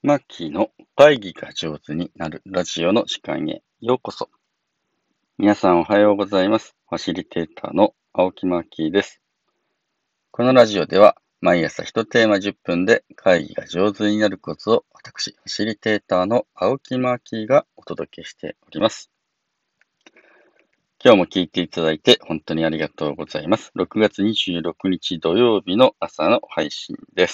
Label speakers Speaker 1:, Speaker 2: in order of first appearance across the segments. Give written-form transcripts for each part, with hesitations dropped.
Speaker 1: マッキーの会議が上手になるラジオの時間へようこそ。皆さんおはようございます。ファシリテーターの青木マッキーです。このラジオでは毎朝1テーマ10分で会議が上手になるコツを私、ファシリテーターの青木マッキーがお届けしております。今日も聞いていただいて本当にありがとうございます。6月26日土曜日の朝の配信です。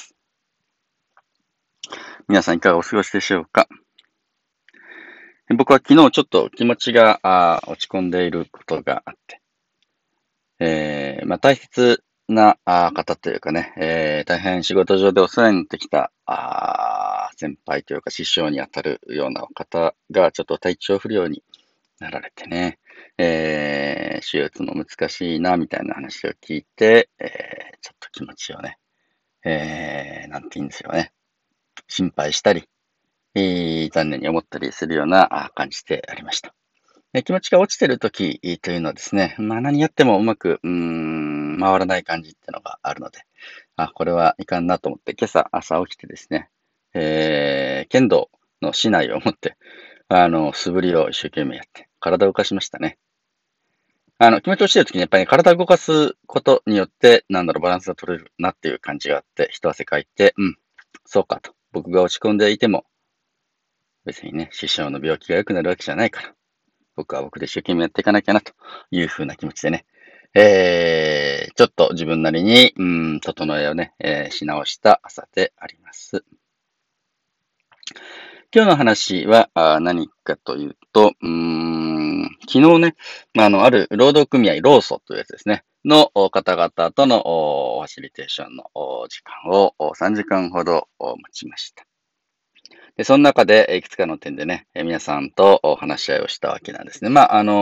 Speaker 1: 皆さんいかがお過ごしでしょうか？僕は昨日ちょっと気持ちが落ち込んでいることがあって、大切な方というかね、大変仕事上でお世話になってきた先輩というか師匠にあたるような方がちょっと体調不良になられてね、手術も難しいなみたいな話を聞いて、ちょっと気持ちをね、なんて言うんですよね、心配したり、残念に思ったりするような感じでありました。気持ちが落ちてる時というのはですね、何やってもうまく、回らない感じっていうのがあるので、これはいかんなと思って、今朝朝起きてですね、剣道の竹刀を持って、素振りを一生懸命やって、体を動かしましたね。気持ち落ちてる時にやっぱり、体を動かすことによって、バランスが取れるなっていう感じがあって、一汗かいて、そうかと。僕が落ち込んでいても、別にね、師匠の病気が良くなるわけじゃないから、僕は僕で一生懸命やっていかなきゃなという風な気持ちでね、ちょっと自分なりに、整えをね、し直した朝であります。今日の話は何かというと、昨日ね、ある労働組合、労組というやつですね、の方々とのファシリテーションの時間を3時間ほど持ちました。で、その中でいくつかの点でね、皆さんと話し合いをしたわけなんですね。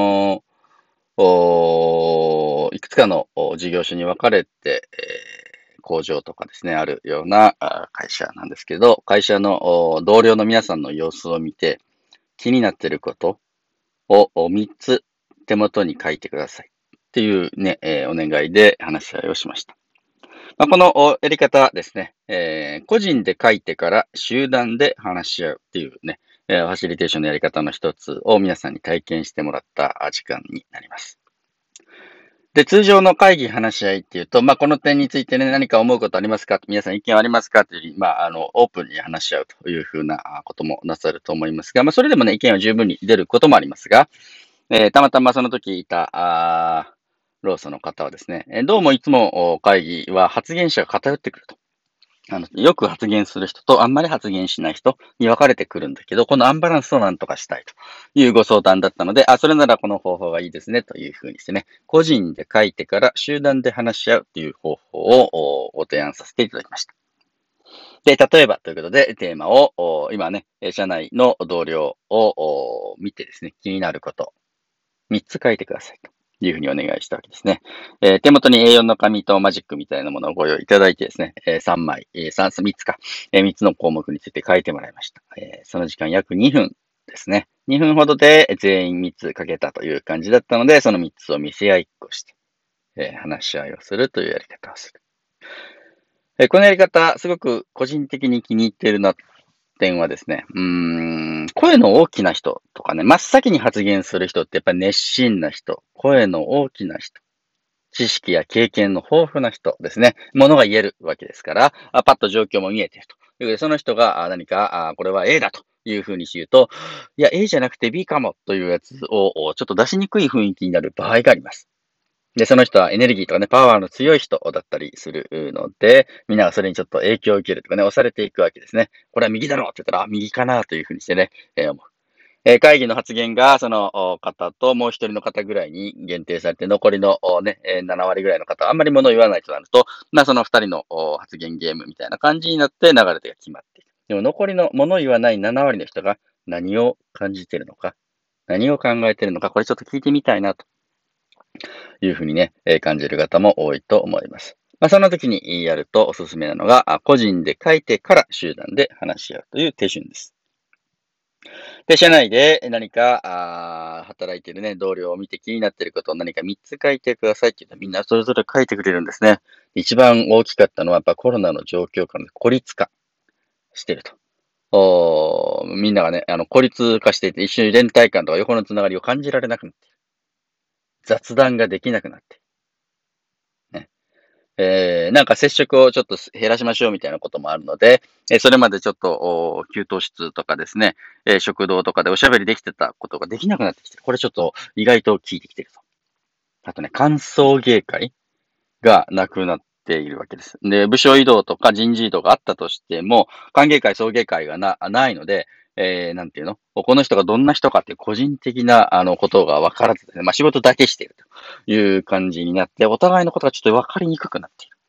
Speaker 1: いくつかの事業所に分かれて、工場とかですね、あるような会社なんですけど、会社の同僚の皆さんの様子を見て、気になっていることを3つ手元に書いてくださいっていうね、お願いで話し合いをしました。このやり方ですね、個人で書いてから集団で話し合うっていうね、ファシリテーションのやり方の一つを皆さんに体験してもらった時間になります。で、通常の会議話し合いっていうと、この点についてね、何か思うことありますか？皆さん意見ありますか？という、オープンに話し合うというふうなこともなさると思いますが、それでもね、意見は十分に出ることもありますが、たまたまその時いた、労組の方はですね、どうもいつも会議は発言者が偏ってくると。よく発言する人とあんまり発言しない人に分かれてくるんだけど、このアンバランスをなんとかしたいというご相談だったので、それならこの方法がいいですねというふうにしてね、個人で書いてから集団で話し合うという方法をご提案させていただきました。で、例えばということで、テーマを今ね、社内の同僚を見てですね、気になること3つ書いてくださいというふうにお願いしたわけですね。手元に A4 の紙とマジックみたいなものをご用意いただいてですね、3枚、3つか、3つの項目について書いてもらいました。その時間約2分ですね。2分ほどで全員3つ書けたという感じだったので、その3つを見せ合いっこして、話し合いをするというやり方をする。このやり方、すごく個人的に気に入っているな点はですね、声の大きな人とかね、真っ先に発言する人ってやっぱり熱心な人、声の大きな人、知識や経験の豊富な人ですね、ものが言えるわけですから、パッと状況も見えているということで、その人が何か、これは A だというふうに言うと、いや、A じゃなくて B かもというやつをちょっと出しにくい雰囲気になる場合があります。で、その人はエネルギーとかね、パワーの強い人だったりするので、みんながそれにちょっと影響を受けるとかね、押されていくわけですね。これは右だろうって言ったら、右かなというふうにしてね、思う。会議の発言が、その方ともう一人の方ぐらいに限定されて、残りのね、7割ぐらいの方はあんまり物を言わないとなると、その二人の発言ゲームみたいな感じになって流れ手が決まっていく。でも残りの物を言わない7割の人が何を感じているのか、何を考えているのか、これちょっと聞いてみたいなというふうにね、感じる方も多いと思います。そんな時にやるとおすすめなのが、個人で書いてから集団で話し合うという手順です。で、社内で何か、働いているね、同僚を見て気になっていることを何か3つ書いてくださいって言うとみんなそれぞれ書いてくれるんですね。一番大きかったのはやっぱコロナの状況下の孤立化していると。 みんながね、孤立化していて、一緒に連帯感とか横のつながりを感じられなくなっている。雑談ができなくなっている。ね。なんか接触をちょっと減らしましょうみたいなこともあるので、それまでちょっと、給湯室とかですね、食堂とかでおしゃべりできてたことができなくなってきてる。これちょっと意外と効いてきてると。あとね、歓送迎会がなくなっているわけです。で、部署移動とか人事異動があったとしても、歓迎会、送迎会がないので、なんていうのこの人がどんな人かっていう個人的な、ことが分からずですね、まあ仕事だけしているという感じになって、お互いのことがちょっと分かりにくくなっている。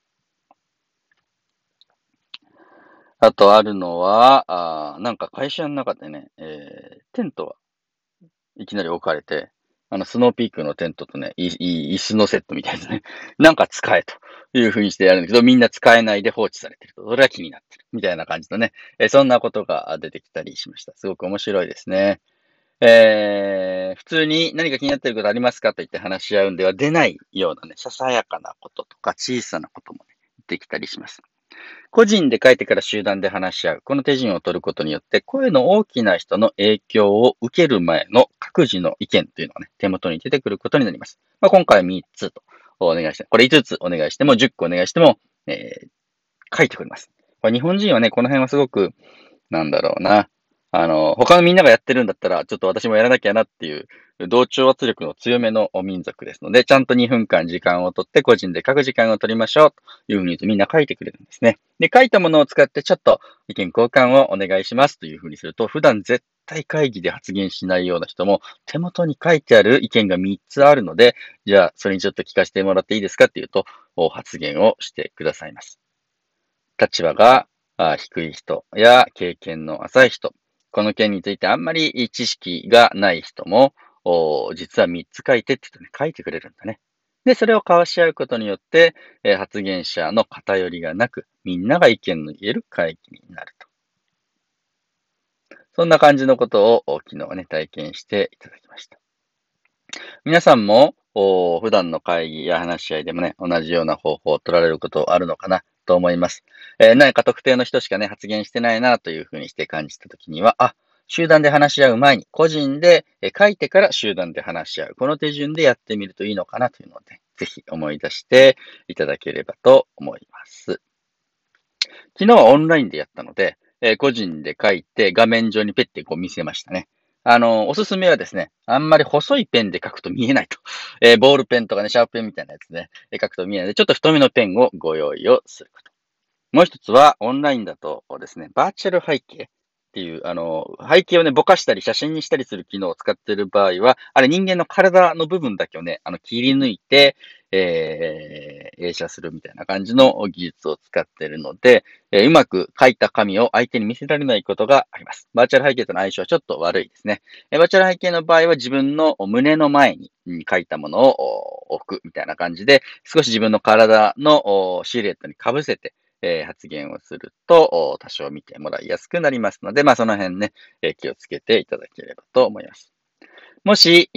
Speaker 1: あとあるのは、なんか会社の中でね、テントがいきなり置かれて、スノーピークのテントとね、椅子のセットみたいですね。なんか使えという風にしてやるんだけど、みんな使えないで放置されてると。それは気になってる。みたいな感じのね、そんなことが出てきたりしました。すごく面白いですね。普通に何か気になっていることありますかと言って話し合うんでは出ないようなね、ささやかなこととか小さなこともね、できたりします。個人で書いてから集団で話し合う。この手順を取ることによって、声の大きな人の影響を受ける前の各自の意見というのがね、手元に出てくることになります。まあ、今回は3つとお願いして、これ5つお願いしても、10個お願いしても、書いてくれます。これ日本人はね、この辺はすごく、なんだろうな。他のみんながやってるんだったら、ちょっと私もやらなきゃなっていう、同調圧力の強めの民族ですので、ちゃんと2分間時間をとって個人で書く時間を取りましょうというふうに言うとみんな書いてくれるんですね。で、書いたものを使ってちょっと意見交換をお願いしますというふうにすると、普段絶対会議で発言しないような人も手元に書いてある意見が3つあるので、じゃあそれにちょっと聞かせてもらっていいですかっていうと、発言をしてくださいます。立場が低い人や経験の浅い人、この件についてあんまり知識がない人も、実は3つ書いてって言うとね、書いてくれるんだね。で、それを交わし合うことによって、発言者の偏りがなく、みんなが意見の言える会議になると。そんな感じのことを昨日はね、体験していただきました。皆さんも、普段の会議や話し合いでもね、同じような方法を取られることあるのかなと思います。何か特定の人しかね、発言してないなというふうにして感じたときには、集団で話し合う前に、個人で書いてから集団で話し合う。この手順でやってみるといいのかなというので、ぜひ思い出していただければと思います。昨日はオンラインでやったので、個人で書いて画面上にペッてこう見せましたね。おすすめはですね、あんまり細いペンで書くと見えないと。ボールペンとかね、シャープペンみたいなやつで、書くと見えないので、ちょっと太めのペンをご用意をすること。もう一つは、オンラインだとですね、バーチャル背景っていう、背景をね、ぼかしたり写真にしたりする機能を使っている場合は、あれ人間の体の部分だけをね、切り抜いて、映写するみたいな感じの技術を使っているので、うまく書いた紙を相手に見せられないことがあります。バーチャル背景との相性はちょっと悪いですね。バーチャル背景の場合は自分の胸の前に書いたものを置くみたいな感じで、少し自分の体のシルエットに被せて、発言をすると、多少見てもらいやすくなりますので、その辺ね、気をつけていただければと思います。もし、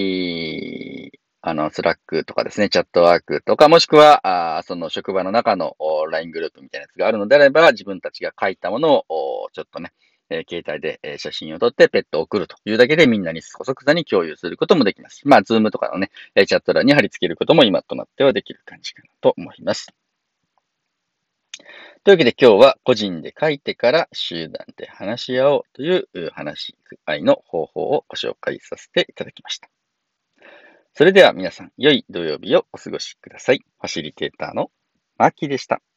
Speaker 1: スラックとかですね、チャットワークとか、もしくは、その職場の中のLINE グループみたいなやつがあるのであれば、自分たちが書いたものを、ちょっとね、携帯で写真を撮ってペットを送るというだけでみんなに即座に共有することもできます。ズームとかのね、チャット欄に貼り付けることも今となってはできる感じかなと思います。というわけで今日は個人で書いてから集団で話し合おうという話し合いの方法をご紹介させていただきました。それでは皆さん、良い土曜日をお過ごしください。ファシリテーターのマーキーでした。